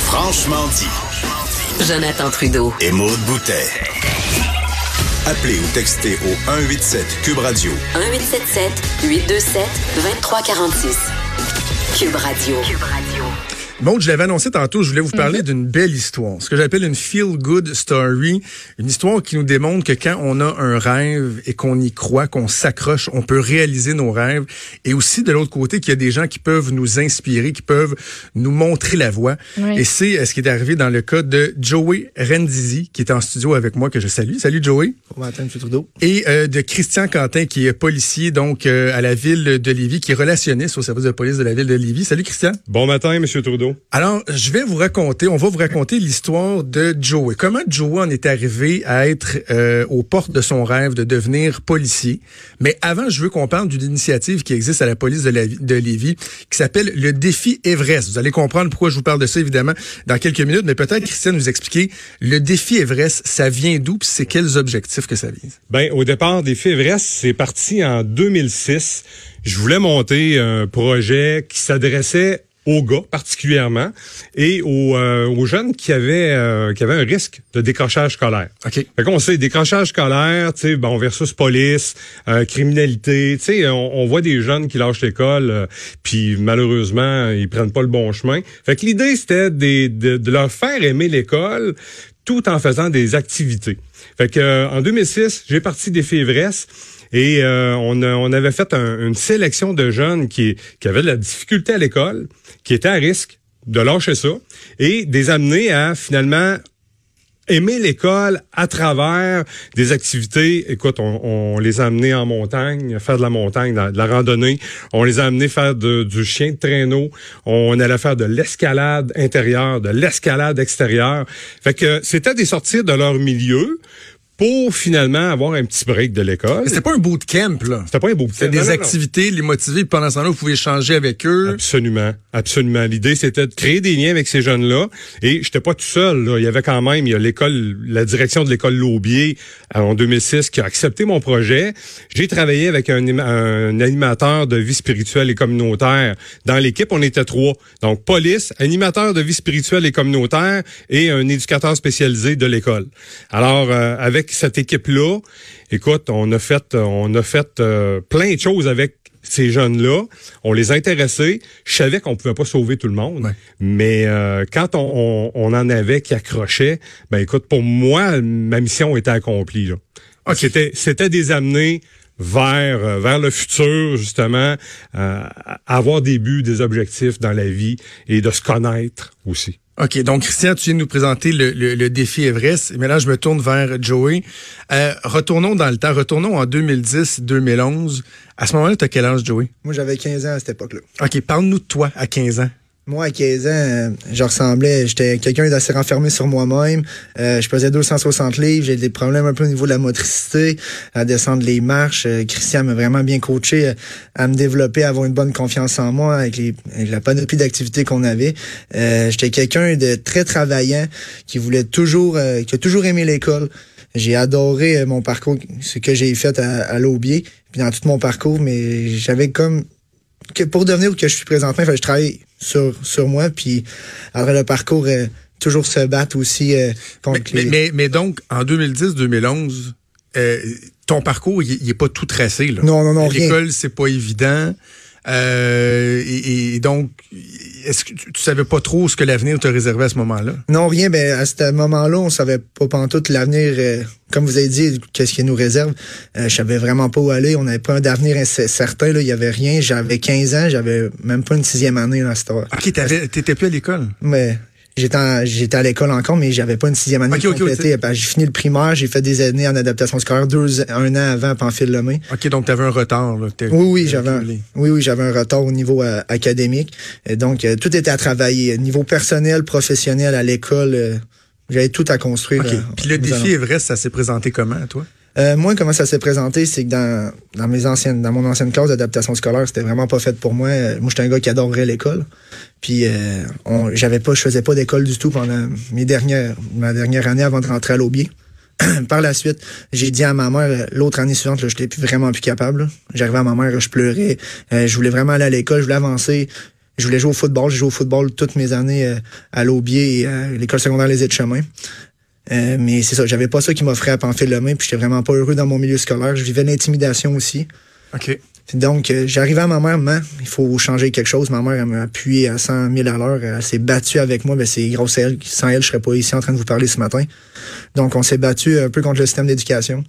Franchement dit. Jonathan Trudeau. Et Maude Boutet. Appelez ou textez au 187 Cube Radio. 1877-827-2346. Cube Radio. Bon, je l'avais annoncé tantôt, je voulais vous parler d'une belle histoire. Ce que j'appelle une feel-good story. Une histoire qui nous démontre que quand on a un rêve et qu'on y croit, qu'on s'accroche, on peut réaliser nos rêves. Et aussi, de l'autre côté, qu'il y a des gens qui peuvent nous inspirer, qui peuvent nous montrer la voie. Oui. Et c'est ce qui est arrivé dans le cas de Joey Rendizi, qui est en studio avec moi, que je salue. Salut, Joey. Bon matin, M. Trudeau. Et de Christian Quentin, qui est policier, donc, à la ville de Lévis, qui est relationniste au service de police de la ville de Lévis. Salut, Christian. Bon matin, M. Trudeau. Alors, on va vous raconter l'histoire de Joey. Comment Joey en est arrivé à être aux portes de son rêve de devenir policier. Mais avant, je veux qu'on parle d'une initiative qui existe à la police de Lévis, qui s'appelle le défi Everest. Vous allez comprendre pourquoi je vous parle de ça, évidemment, dans quelques minutes. Mais peut-être, Christian, nous expliquer, le défi Everest, ça vient d'où, puis c'est quels objectifs que ça vise? Ben, au départ, défi Everest, c'est parti en 2006. Je voulais monter un projet qui s'adressait aux gars particulièrement et aux jeunes qui avaient un risque de décrochage scolaire. OK. Fait qu'on sait décrochage scolaire, tu sais, bon versus police, criminalité, tu sais, on voit des jeunes qui lâchent l'école puis malheureusement, ils prennent pas le bon chemin. Fait que l'idée c'était de leur faire aimer l'école tout en faisant des activités. Fait que en 2006, j'ai parti Défi Everest. Et on avait fait une sélection de jeunes qui avaient de la difficulté à l'école, qui étaient à risque de lâcher ça, et des amener à finalement aimer l'école à travers des activités. Écoute, on les a amenés en montagne, faire de la montagne, de la randonnée. On les a amenés faire du chien de traîneau. On allait faire de l'escalade intérieure, de l'escalade extérieure. Fait que c'était des sorties de leur milieu pour finalement avoir un petit break de l'école. Mais c'était pas un bootcamp, là. C'était pas un bootcamp. C'était des activités, les motiver, puis pendant ce temps-là, vous pouvez échanger avec eux. Absolument, absolument. L'idée, c'était de créer des liens avec ces jeunes-là. Et j'étais pas tout seul, là. Il y avait quand même, la direction de l'école Laubier, en 2006, qui a accepté mon projet. J'ai travaillé avec un animateur de vie spirituelle et communautaire. Dans l'équipe, on était 3. Donc, police, animateur de vie spirituelle et communautaire et un éducateur spécialisé de l'école. Alors, avec cette équipe-là, écoute, on a fait plein de choses avec ces jeunes-là. On les a intéressés. Je savais qu'on pouvait pas sauver tout le monde, ouais. Mais quand on en avait qui accrochaient, ben écoute, pour moi, ma mission était accomplie. Là. Okay. C'était des amener vers le futur, justement, avoir des buts, des objectifs dans la vie et de se connaître aussi. OK, donc Christian, tu viens de nous présenter le défi Everest. Mais là, je me tourne vers Joey. Retournons dans le temps. Retournons en 2010-2011. À ce moment-là, tu as quel âge, Joey? Moi, j'avais 15 ans à cette époque-là. OK, parle-nous de toi à 15 ans. Moi, à 15 ans, j'étais quelqu'un d'assez renfermé sur moi-même. Je pesais 260 livres, j'ai des problèmes un peu au niveau de la motricité, à descendre les marches. Christian m'a vraiment bien coaché à me développer, à avoir une bonne confiance en moi avec la panoplie d'activités qu'on avait. J'étais quelqu'un de très travaillant, qui a toujours aimé l'école. J'ai adoré mon parcours, ce que j'ai fait à Laubier, puis dans tout mon parcours, mais j'avais comme... pour devenir où que je suis présentement, je travaille sur moi, puis après le parcours, toujours se battre aussi contre mais donc, en 2010-2011, ton parcours, il est pas tout tracé, là. Non, l'école, rien. c'est pas évident. Et donc, est-ce que tu savais pas trop ce que l'avenir te réservait à ce moment-là? Non, rien. Ben, à ce moment-là, on savait pas pantoute l'avenir, comme vous avez dit, qu'est-ce qui nous réserve. Je savais vraiment pas où aller. On n'avait pas un avenir certain, là. Il y avait rien. J'avais 15 ans. J'avais même pas une 6e année dans cette heure. OK, t'étais plus à l'école? Mais... J'étais à l'école encore, mais j'avais pas une 6e année complétée. J'ai fini le primaire, j'ai fait des années en adaptation scolaire, un an avant à Pamphile-Lemay. OK, donc t'avais un retard, là. Oui, j'avais un retard au niveau académique. Et donc, tout était à travailler. Niveau personnel, professionnel, à l'école, j'avais tout à construire. OK. Puis le défi Everest, ça s'est présenté comment, à toi? Moi, comment ça s'est présenté, c'est que dans mon ancienne classe d'adaptation scolaire, c'était vraiment pas fait pour moi. Moi, j'étais un gars qui adorait l'école. Puis, je faisais pas d'école du tout pendant ma dernière année avant de rentrer à Laubier. Par la suite, j'ai dit à ma mère, l'autre année suivante, j'étais vraiment plus capable. Là. J'arrivais à ma mère, je pleurais. Je voulais vraiment aller à l'école, je voulais avancer. Je voulais jouer au football. J'ai joué au football toutes mes années à l'Aubier et à l'école secondaire Les Aides-Chemins. Mais c'est ça, j'avais pas ça qui m'offrait à Pamphile-le-Main, puis j'étais vraiment pas heureux dans mon milieu scolaire. Je vivais l'intimidation aussi. OK. Donc, j'arrivais à ma mère, maman, il faut changer quelque chose. Ma mère, elle m'a appuyé à 100 000 à l'heure. Elle s'est battue avec moi. C'est grâce à elle. Sans elle, je serais pas ici en train de vous parler ce matin. Donc, on s'est battu un peu contre le système d'éducation.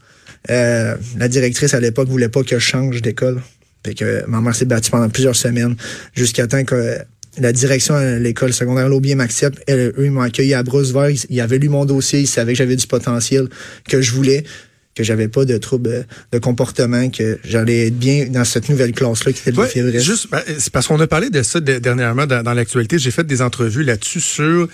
La directrice, à l'époque, voulait pas que je change d'école. Fait que ma mère s'est battue pendant plusieurs semaines jusqu'à temps que la direction à l'école secondaire L'Aubier m'accepte. Eux, ils m'ont accueilli à bras ouverts. Ils avaient lu mon dossier. Ils savaient que j'avais du potentiel, que je voulais, que j'avais pas de troubles de comportement, que j'allais être bien dans cette nouvelle classe-là qui était le défi Everest. Juste, c'est parce qu'on a parlé de ça dernièrement dans l'actualité. J'ai fait des entrevues là-dessus sur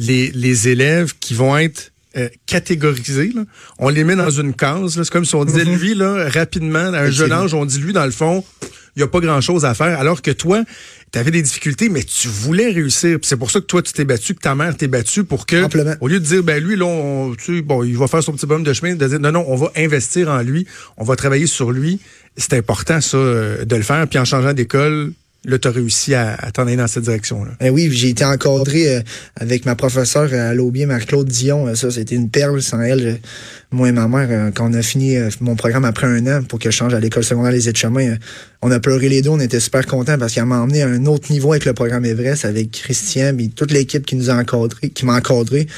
les élèves qui vont être catégorisés. Là. On les met dans une case. Là. C'est comme si on disait, lui, là, rapidement, à un jeune âge, on dit, lui, dans le fond, il n'y a pas grand-chose à faire. Alors que toi, tu avais des difficultés, mais tu voulais réussir. Puis c'est pour ça que toi, tu t'es battu, que ta mère t'est battue pour que, au lieu de dire, ben lui, là, il va faire son petit bonhomme de chemin, de dire, non, on va investir en lui, on va travailler sur lui. C'est important, ça, de le faire. Puis en changeant d'école, là, tu as réussi à t'en aller dans cette direction-là. Oui, j'ai été encadré avec ma professeure à l'Aubier, Marie-Claude Dion. Ça, c'était une perle. Sans elle, moi et ma mère, quand on a fini mon programme après 1 an pour que je change à l'école secondaire Les Aides-Chemins, on a pleuré les deux. On était super contents parce qu'elle m'a emmené à un autre niveau avec le programme Everest, avec Christian et toute l'équipe qui nous a encadré, qui m'a encadré.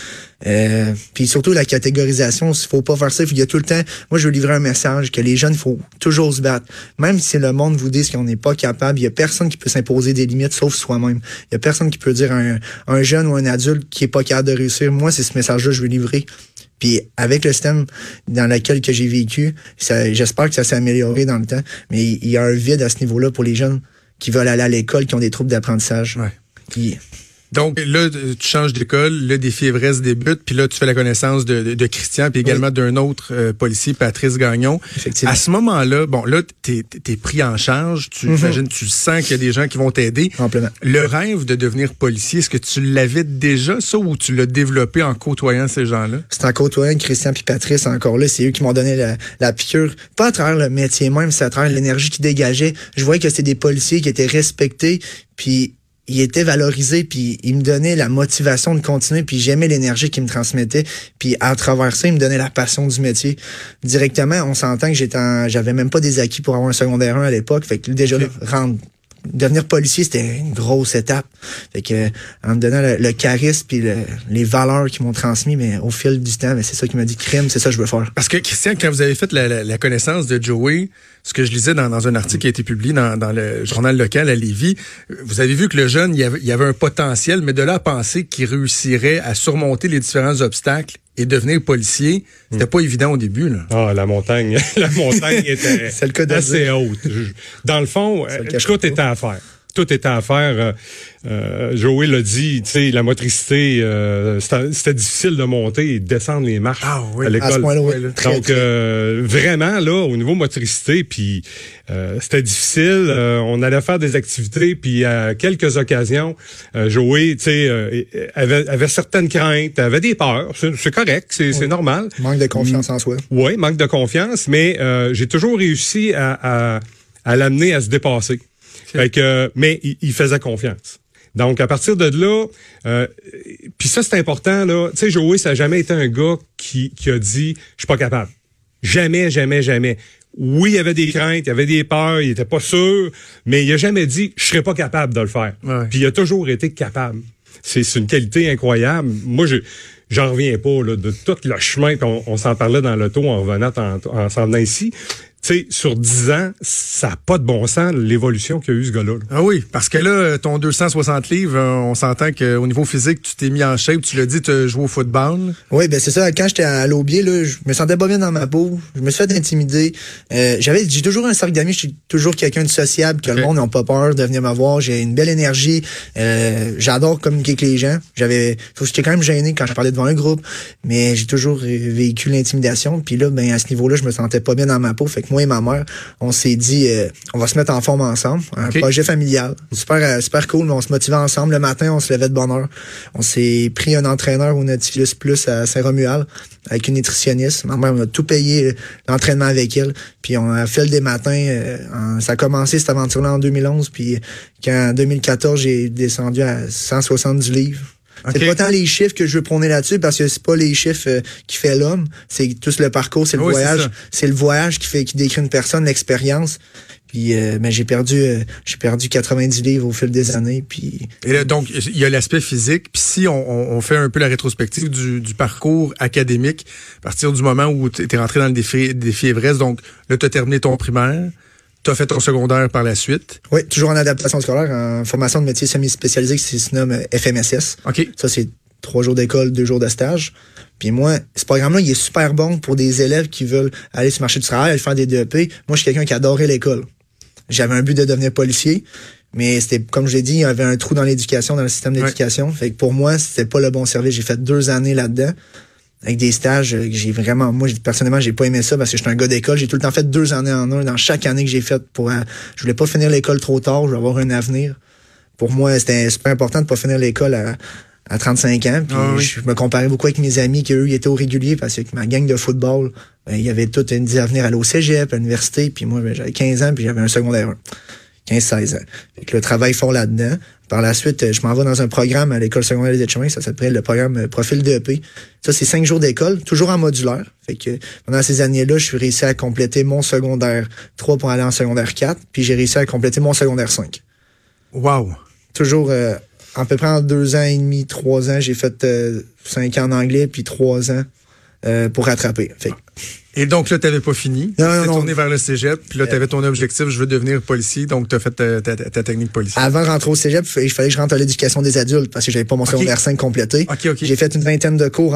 Puis surtout la catégorisation, il faut pas faire ça. Il y a tout le temps, moi je veux livrer un message que les jeunes, il faut toujours se battre. Même si le monde vous dit qu'on n'est pas capable, il y a personne qui peut s'imposer des limites sauf soi-même. Il y a personne qui peut dire à un jeune ou un adulte qui est pas capable de réussir. Moi, c'est ce message-là que je veux livrer. Puis avec le système dans lequel que j'ai vécu, j'espère que ça s'est amélioré dans le temps. Mais il y a un vide à ce niveau-là pour les jeunes qui veulent aller à l'école, qui ont des troubles d'apprentissage. Ouais. Donc là, tu changes d'école, le défi Everest débute, puis là, tu fais la connaissance de Christian, puis également d'un autre policier, Patrice Gagnon. Effectivement. À ce moment-là, bon, là, t'es pris en charge, j'imagine, tu sens qu'il y a des gens qui vont t'aider. Complètement. Le rêve de devenir policier, est-ce que tu l'avais déjà, ça, ou tu l'as développé en côtoyant ces gens-là? C'est en côtoyant Christian puis Patrice encore là, c'est eux qui m'ont donné la piqûre. Pas à travers le métier même, c'est à travers l'énergie qu'ils dégageaient. Je voyais que c'était des policiers qui étaient respectés, puis il était valorisé, puis il me donnait la motivation de continuer, puis j'aimais l'énergie qu'il me transmettait, puis à travers ça, il me donnait la passion du métier. Directement, on s'entend que j'avais même pas des acquis pour avoir un secondaire 1 à l'époque, fait que déjà, devenir policier, c'était une grosse étape. Fait que, en me donnant le charisme puis les valeurs qu'ils m'ont transmis, mais au fil du temps, c'est ça qui m'a dit, crime, c'est ça que je veux faire. Parce que, Christian, quand vous avez fait la connaissance de Joey, ce que je lisais dans un article qui a été publié dans le journal local à Lévis, vous avez vu que le jeune, il y avait un potentiel, mais de là à penser qu'il réussirait à surmonter les différents obstacles et devenir policier, c'était pas évident au début, là. Ah, la montagne était c'est le cas assez haute. Dans le fond, tout était à faire. Tout était à faire. Joey l'a dit, tu sais, la motricité, c'était difficile de monter et de descendre les marches à l'école. À ce point-là, oui. Donc, vraiment, là, au niveau motricité, puis c'était difficile. On allait faire des activités, puis à quelques occasions, Joey, tu sais, avait certaines craintes, avait des peurs. C'est correct, c'est normal. Manque de confiance en soi. Oui, manque de confiance, mais j'ai toujours réussi à l'amener à se dépasser. Fait que, mais il faisait confiance. Donc, à partir de là, puis ça, c'est important, là. Tu sais, Joey, ça n'a jamais été un gars qui a dit « je suis pas capable ». Jamais, jamais, jamais. Oui, il y avait des craintes, il y avait des peurs, il était pas sûr, mais il a jamais dit « je serais pas capable de le faire ». Puis il a toujours été capable. C'est une qualité incroyable. Moi, j'en reviens pas, là, de tout le chemin qu'on s'en parlait dans l'auto en revenant, en s'en venant ici. Tu sais, sur 10 ans, ça n'a pas de bon sens, l'évolution qu'a eu ce gars-là. Ah oui, parce que là, ton 260 livres, on s'entend qu'au niveau physique, tu t'es mis en shape, tu l'as dit, tu as joué au football. Oui, ben c'est ça. Quand j'étais à l'Aubier, là, je me sentais pas bien dans ma peau. Je me suis fait intimider. J'ai toujours un cercle d'amis. Je suis toujours quelqu'un de sociable, que le monde n'a pas peur de venir me voir. J'ai une belle énergie. J'adore communiquer avec les gens. J'étais quand même gêné quand je parlais devant un groupe, mais j'ai toujours vécu l'intimidation. Puis là, ben à ce niveau-là, je me sentais pas bien dans ma peau. Fait que moi, moi et ma mère, on s'est dit, on va se mettre en forme ensemble. Un projet familial. Super cool, mais on se motivait ensemble. Le matin, on se levait de bonne heure. On s'est pris un entraîneur au Nautilus Plus à Saint-Romuald avec une nutritionniste. Ma mère m'a tout payé l'entraînement avec elle. Puis on a fait le des matins. Ça a commencé cette aventure-là en 2011. Puis en 2014, j'ai descendu à 170 livres. C'est pas tant les chiffres que je veux prôner là-dessus, parce que c'est pas les chiffres qui fait l'homme, c'est tout le parcours, c'est le voyage. C'est le voyage qui décrit une personne, l'expérience. Puis j'ai perdu 90 livres au fil des années. Puis et là, donc il y a l'aspect physique. Puis si on fait un peu la rétrospective du parcours académique, à partir du moment où tu es rentré dans le défi Everest, donc là tu as terminé ton primaire. Tu as fait ton secondaire par la suite? Oui, toujours en adaptation scolaire, en formation de métier semi-spécialisé qui se nomme FMSS. OK. Ça, c'est 3 jours d'école, 2 jours de stage. Puis moi, ce programme-là, il est super bon pour des élèves qui veulent aller sur le marché du travail, aller faire des DEP. Moi, je suis quelqu'un qui adorait l'école. J'avais un but de devenir policier, mais c'était, comme je l'ai dit, il y avait un trou dans l'éducation, dans le système d'éducation. Fait que pour moi, c'était pas le bon service. J'ai fait 2 années là-dedans, avec des stages que j'ai vraiment... Moi, personnellement, j'ai pas aimé ça parce que j'étais un gars d'école. J'ai tout le temps fait 2 années en un dans chaque année que j'ai faite pour... Je voulais pas finir l'école trop tard, je voulais avoir un avenir. Pour moi, c'était super important de pas finir l'école à 35 ans. Puis je me comparais beaucoup avec mes amis qui, eux, ils étaient au régulier parce que ma gang de football, il y avait tout un avenir à aller au cégep, à l'université. Puis moi, j'avais 15 ans puis j'avais un secondaire 1. 15-16 ans. Fait que le travail fort là-dedans. Par la suite, je m'en vais dans un programme à l'école secondaire des Chemins, ça s'appelle le programme Profil DEP. Ça, c'est 5 jours d'école, toujours en modulaire. Fait que pendant ces années-là, je suis réussi à compléter mon secondaire 3 pour aller en secondaire 4, puis j'ai réussi à compléter mon secondaire 5. Wow! Toujours à peu près en 2 ans et demi, 3 ans, j'ai fait 5 ans en anglais, puis 3 ans pour rattraper. Fait que, et donc là, tu n'avais pas fini. Tu t'es tourné vers le cégep. Puis là, tu avais ton objectif, je veux devenir policier. Donc, tu as fait ta technique policière. Avant de rentrer au cégep, il fallait que je rentre à l'éducation des adultes parce que j'avais pas mon secondaire 5 complété. J'ai fait une vingtaine de cours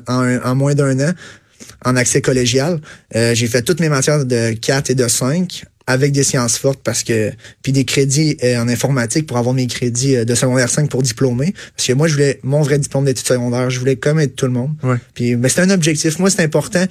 en moins d'1 an en accès collégial. J'ai fait toutes mes matières de 4 et de 5 avec des sciences fortes puis des crédits en informatique pour avoir mes crédits de secondaire 5 pour diplômer. Parce que moi, je voulais mon vrai diplôme d'études secondaires. Je voulais comme être tout le monde. Ouais. Puis, c'était un objectif. Moi, c'est important.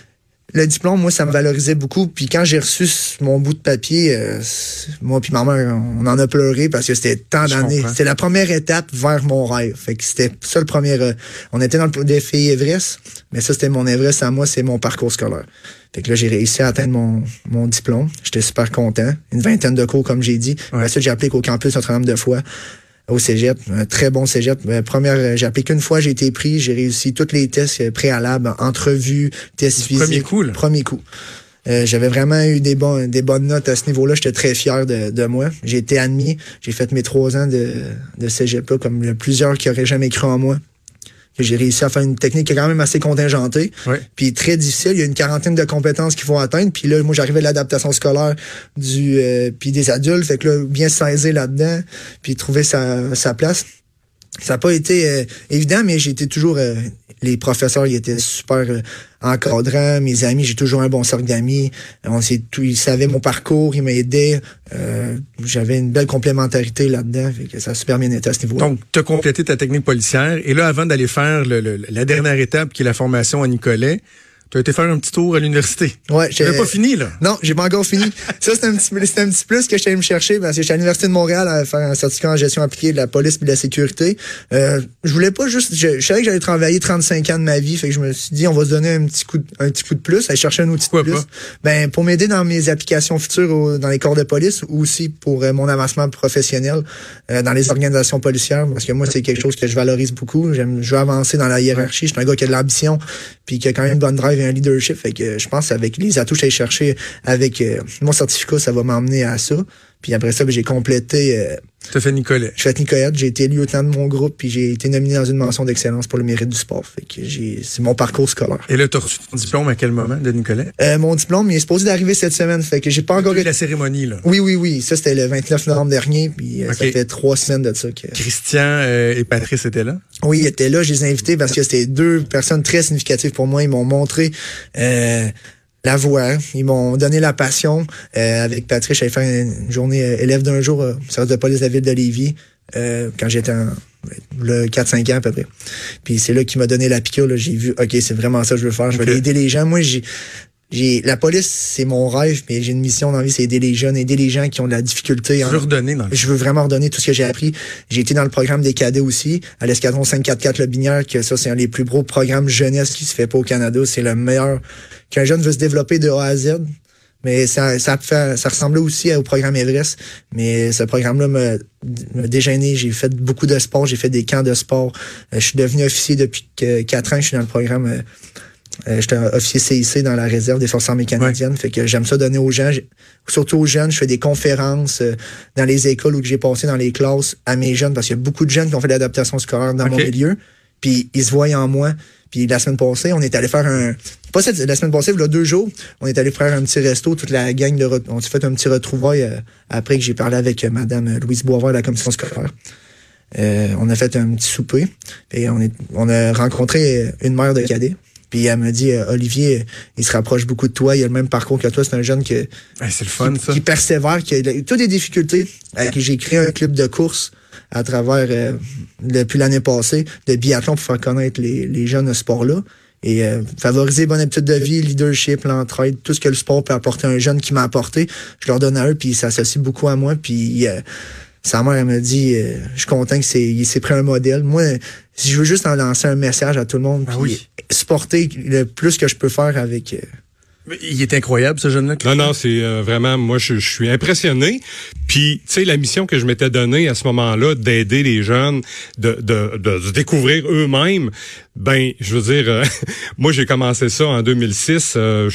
Le diplôme, moi, ça me valorisait beaucoup. Puis quand j'ai reçu mon bout de papier, moi puis ma mère, on en a pleuré parce que c'était tant d'années. C'était la première étape vers mon rêve. Fait que c'était ça le premier... on était dans le défi Everest, mais ça, c'était mon Everest à moi, c'est mon parcours scolaire. Fait que là, j'ai réussi à atteindre mon diplôme. J'étais super content. Une vingtaine de cours, comme j'ai dit. Ensuite, j'ai appliqué au campus un certain nombre de fois. Au cégep, un très bon cégep. J'ai appliqué une fois, j'ai été pris, j'ai réussi tous les tests préalables, entrevues, tests physiques. Premier coup. J'avais vraiment eu des bonnes notes à ce niveau-là. J'étais très fier de moi. J'ai été admis. J'ai fait mes 3 ans de cégep-là, comme plusieurs qui auraient jamais cru en moi. J'ai réussi à faire une technique qui est quand même assez contingentée, puis très difficile. Il y a une 40aine de compétences qu'il faut atteindre. Puis là, moi, j'arrivais à l'adaptation scolaire puis des adultes. Fait que là, bien saisir là-dedans, puis trouver sa place. Ça n'a pas été évident, mais j'ai été toujours... les professeurs, ils étaient super encadrants. Mes amis, j'ai toujours un bon cercle d'amis. Ils savaient mon parcours, ils m'aidaient. J'avais une belle complémentarité là-dedans. Fait que ça a super bien été à ce niveau-là. Donc, tu as complété ta technique policière. Et là, avant d'aller faire la dernière étape, qui est la formation à Nicolet, tu as été faire un petit tour à l'université. Ouais, j'avais pas fini, là. Non, j'ai pas encore fini. Ça, c'était un petit plus que j'étais allé me chercher parce que j'étais à l'Université de Montréal à faire un certificat en gestion appliquée de la police et de la sécurité. Je voulais pas juste, je savais que j'allais travailler 35 ans de ma vie, fait que je me suis dit, on va se donner un petit coup de plus, aller chercher un outil de plus. Ben, pour m'aider dans mes applications futures dans les corps de police ou aussi pour mon avancement professionnel, dans les organisations policières, parce que moi, c'est quelque chose que je valorise beaucoup. Je veux avancer dans la hiérarchie. Je suis un gars qui a de l'ambition puis qui a quand même une bonne drive et un leadership. Fait que je pense avec les atouts que j'ai cherché avec mon certificat, ça va m'emmener à ça. Puis après ça, j'ai complété... Tu as fait Nicolet. J'ai fait Nicolet, j'ai été lieutenant de mon groupe, puis j'ai été nominé dans une mention d'excellence pour le mérite du sport. Fait que c'est mon parcours scolaire. Et là, tu as reçu ton diplôme à quel moment de Nicolet? Mon diplôme, il est supposé d'arriver cette semaine. Fait que j'ai pas encore... la cérémonie, là. Oui. Ça, c'était le 29 novembre dernier, puis ça fait 3 semaines de ça. Christian et Patrice étaient là? Oui, ils étaient là. Je les ai invités parce que c'était 2 personnes très significatives pour moi. Ils m'ont montré... la voix, ils m'ont donné la passion. Avec Patrice, j'allais faire une journée élève d'un jour au service de police de la ville de Lévis, quand j'étais le 4-5 ans à peu près. Puis c'est là qu'il m'a donné la piqûre. Là, j'ai vu, OK, c'est vraiment ça que je veux faire. Je veux aider les gens. Moi, La police, c'est mon rêve, mais j'ai une mission dans la vie, c'est aider les jeunes, aider les gens qui ont de la difficulté. Je veux redonner dans le Je veux vraiment redonner tout ce que j'ai appris. J'ai été dans le programme des cadets aussi, à l'escadron 544 Lobinière, que ça, c'est un des plus gros programmes jeunesse qui se fait pas au Canada. C'est le meilleur qu'un jeune veut se développer de A à Z. Mais ça ressemblait aussi au programme Everest. Mais ce programme-là m'a dégêné. J'ai fait beaucoup de sport, j'ai fait des camps de sport. Je suis devenu officier depuis 4 ans. Je suis dans le programme. J'étais officier CIC dans la réserve des Forces armées canadiennes. Ouais. Fait que j'aime ça donner aux gens, surtout aux jeunes. Je fais des conférences dans les écoles où j'ai passé dans les classes à mes jeunes, parce qu'il y a beaucoup de jeunes qui ont fait l'adaptation scolaire dans mon milieu. Puis ils se voient en moi. Puis la semaine passée, on est allé faire la semaine passée, il y a 2 jours, on est allé faire un petit resto, toute la gang on s'est fait un petit retrouvaille après que j'ai parlé avec Madame Louise Boisvert de la commission scolaire. On a fait un petit souper et on a rencontré une mère de cadet. Puis elle m'a dit, Olivier, il se rapproche beaucoup de toi, il a le même parcours que toi, c'est un jeune c'est le fun, ça. Qui persévère, qui a toutes des difficultés. J'ai créé un club de course à travers, depuis l'année passée, de biathlon pour faire connaître les jeunes à ce sport-là. Et favoriser bonne habitude de vie, leadership, l'entraide, tout ce que le sport peut apporter à un jeune qui m'a apporté, je leur donne à eux, puis ils s'associent beaucoup à moi. Puis sa mère, elle me dit, je suis content qu'il s'est pris un modèle. Moi, si je veux juste en lancer un message à tout le monde, puis supporter le plus que je peux faire avec... Il est incroyable, ce jeune-là. Non, c'est vraiment, moi, je suis impressionné. Puis, tu sais, la mission que je m'étais donnée à ce moment-là, d'aider les jeunes, de se découvrir eux-mêmes, ben, je veux dire, moi, j'ai commencé ça en 2006.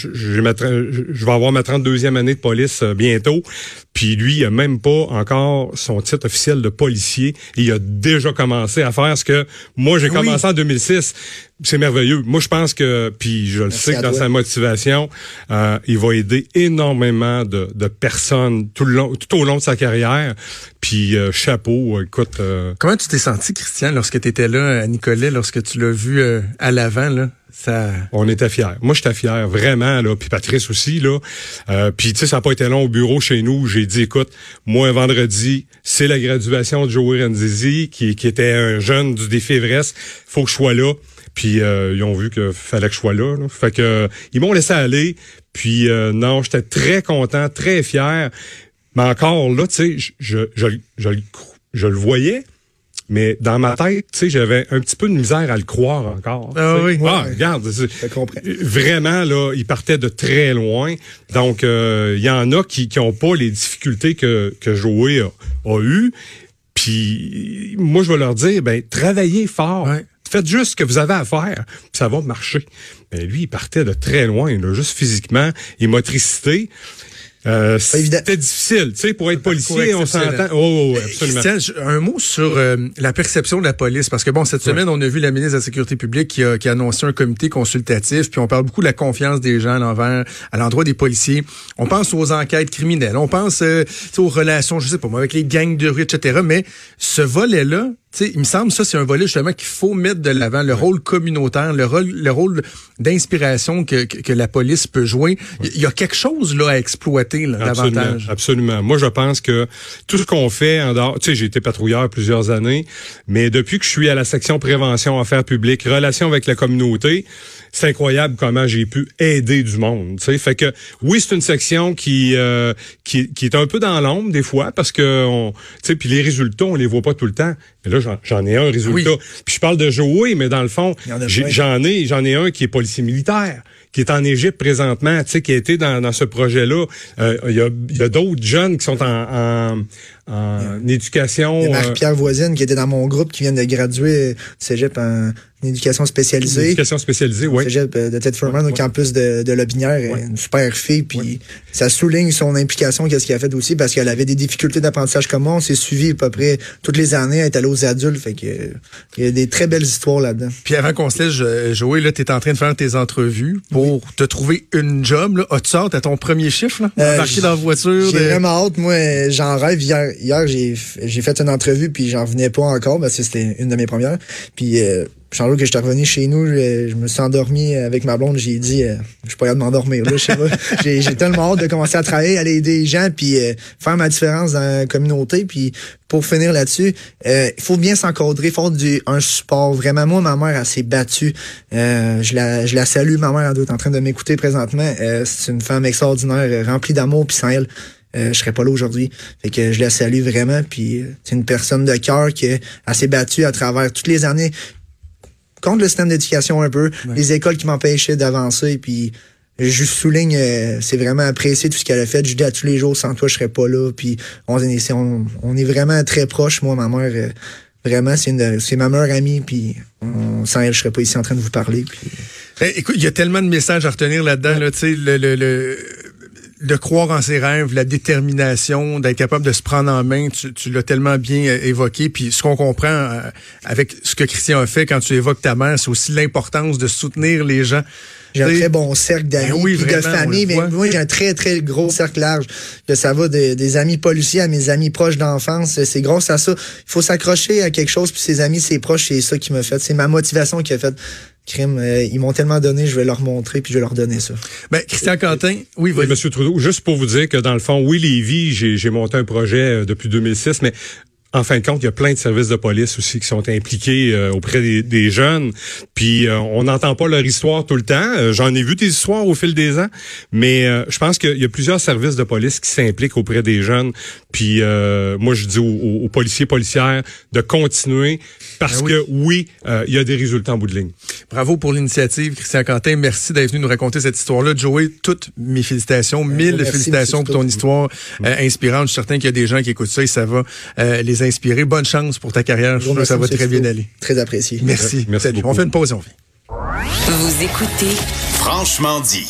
Je vais avoir ma 32e année de police bientôt. Puis lui, il a même pas encore son titre officiel de policier. Il a déjà commencé à faire ce que moi, j'ai commencé en 2006. C'est merveilleux. Moi, je pense que, puis je le sais que dans sa motivation, il va aider énormément de personnes tout au long de sa carrière. Puis chapeau, écoute. Comment tu t'es senti, Christian, lorsque tu étais là à Nicolet, lorsque tu l'as vu à l'avant, là? On était fiers. Moi, j'étais fier, vraiment, là. Puis Patrice aussi, là. Puis, tu sais, ça n'a pas été long au bureau chez nous. J'ai dit, écoute, moi, vendredi, c'est la graduation de Joey Renzizi, qui était un jeune du défi Everest. Faut que je sois là. Puis, ils ont vu qu'il fallait que je sois là. Fait que ils m'ont laissé aller. Puis, non, j'étais très content, très fier. Mais encore, là, tu sais, je le voyais. Mais dans ma tête, tu sais, j'avais un petit peu de misère à le croire encore. Regarde, vraiment, là, il partait de très loin. Donc, il y en a qui ont pas les difficultés que Joey a eues. Puis, moi, je vais leur dire, ben, travaillez fort. Ouais. Faites juste ce que vous avez à faire, puis ça va marcher. Mais lui, il partait de très loin, là, juste physiquement et motricité. C'était difficile, tu sais, pour être policier, on s'entend. Oh, absolument. Christian, un mot sur la perception de la police, parce que bon, cette semaine, on a vu la ministre de la Sécurité publique qui a annoncé un comité consultatif, puis on parle beaucoup de la confiance des gens à l'endroit des policiers. On pense aux enquêtes criminelles, on pense aux relations, je sais pas moi, avec les gangs de rue, etc. Mais ce volet-là, tu sais, il me semble ça, c'est un volet justement qu'il faut mettre de l'avant, le rôle communautaire, le rôle d'inspiration que la police peut jouer. Il y a quelque chose là à exploiter là, davantage. Absolument. Moi, je pense que tout ce qu'on fait en dehors, tu sais, j'ai été patrouilleur plusieurs années, mais depuis que je suis à la section prévention, affaires publiques, relations avec la communauté, c'est incroyable comment j'ai pu aider du monde. Tu sais, fait que oui, c'est une section qui est un peu dans l'ombre des fois parce que tu sais, puis les résultats on les voit pas tout le temps. Mais là, j'en ai un résultat. Oui. Puis je parle de Joey, mais dans le fond, j'en ai un qui est policier militaire, qui est en Égypte présentement, tu sais, qui a été dans ce projet-là. Il y a d'autres jeunes qui sont en éducation. Marie-Pierre Voisine, qui était dans mon groupe, qui vient de graduer du cégep en éducation spécialisée. Éducation spécialisée, oui. Cégep de Tête-Furman, au campus de Lobinière. Une super fille, puis ça souligne son implication, qu'est-ce qu'elle a fait aussi, parce qu'elle avait des difficultés d'apprentissage comme moi. On s'est suivi à peu près toutes les années, elle est allée aux adultes, fait que il y a des très belles histoires là-dedans. Puis avant qu'on se laisse, Joey, là, t'es en train de faire tes entrevues pour te trouver une job, là. As-tu hâte à ton premier chiffre, là? Embarqué dans la voiture. J'ai vraiment hâte, moi, j'en rêve. Hier, hier j'ai fait une entrevue, puis j'en revenais pas encore, parce que c'était une de mes premières. Puis Jean-Luc, que j'étais revenu chez nous, je me suis endormi avec ma blonde, j'ai dit je suis pas capable de m'endormir là, je sais pas. J'ai tellement hâte de commencer à travailler, aller aider les gens, puis faire ma différence dans la communauté. Puis pour finir là-dessus, il faut bien s'encadrer, il faut un support. Vraiment, moi, ma mère, elle s'est battue. Je la salue, ma mère, elle doit être en train de m'écouter présentement. C'est une femme extraordinaire, remplie d'amour, puis sans elle, je serais pas là aujourd'hui. Fait que je la salue vraiment, puis c'est une personne de cœur qui s'est battue à travers toutes les années contre le système d'éducation un peu, les écoles qui m'empêchaient d'avancer, puis je souligne, c'est vraiment apprécié tout ce qu'elle a fait. Je dis à tous les jours, sans toi, je serais pas là, puis on est vraiment très proches, moi, ma mère, vraiment, c'est ma meilleure amie, puis sans elle, je serais pas ici en train de vous parler. Puis... Écoute, il y a tellement de messages à retenir là-dedans, là, tu sais, de croire en ses rêves, la détermination, d'être capable de se prendre en main, tu l'as tellement bien évoqué. Puis ce qu'on comprend avec ce que Christian a fait quand tu évoques ta mère, c'est aussi l'importance de soutenir les gens. J'ai un très bon cercle d'amis, puis de famille, mais moi j'ai un très très gros cercle large. Que ça va des amis policiers à mes amis proches d'enfance. C'est grâce à ça. Il faut s'accrocher à quelque chose, puis ses amis, ses proches, c'est ça qui m'a fait. C'est ma motivation qui a fait. Crime, ils m'ont tellement donné, je vais leur montrer, puis je vais leur donner ça. Ben, Christian Quentin, oui, Monsieur Trudeau, juste pour vous dire que dans le fond, oui, Lévis, j'ai monté un projet depuis 2006, mais en fin de compte, il y a plein de services de police aussi qui sont impliqués auprès des jeunes. Puis on n'entend pas leur histoire tout le temps. J'en ai vu des histoires au fil des ans, mais je pense qu'il y a plusieurs services de police qui s'impliquent auprès des jeunes. Puis moi, je dis aux policiers, policières de continuer parce que oui, il y a des résultats en bout de ligne. Bravo pour l'initiative, Christian Quentin. Merci d'être venu nous raconter cette histoire-là. Joey, toutes mes félicitations. 1000 félicitations pour ton histoire inspirante. Je suis certain qu'il y a des gens qui écoutent ça et ça va les inspirer. Bonne chance pour ta carrière. Je trouve que ça va très bien aller. Très apprécié. Merci. Merci beaucoup. On fait une pause et on vient. Vous écoutez Franchement dit.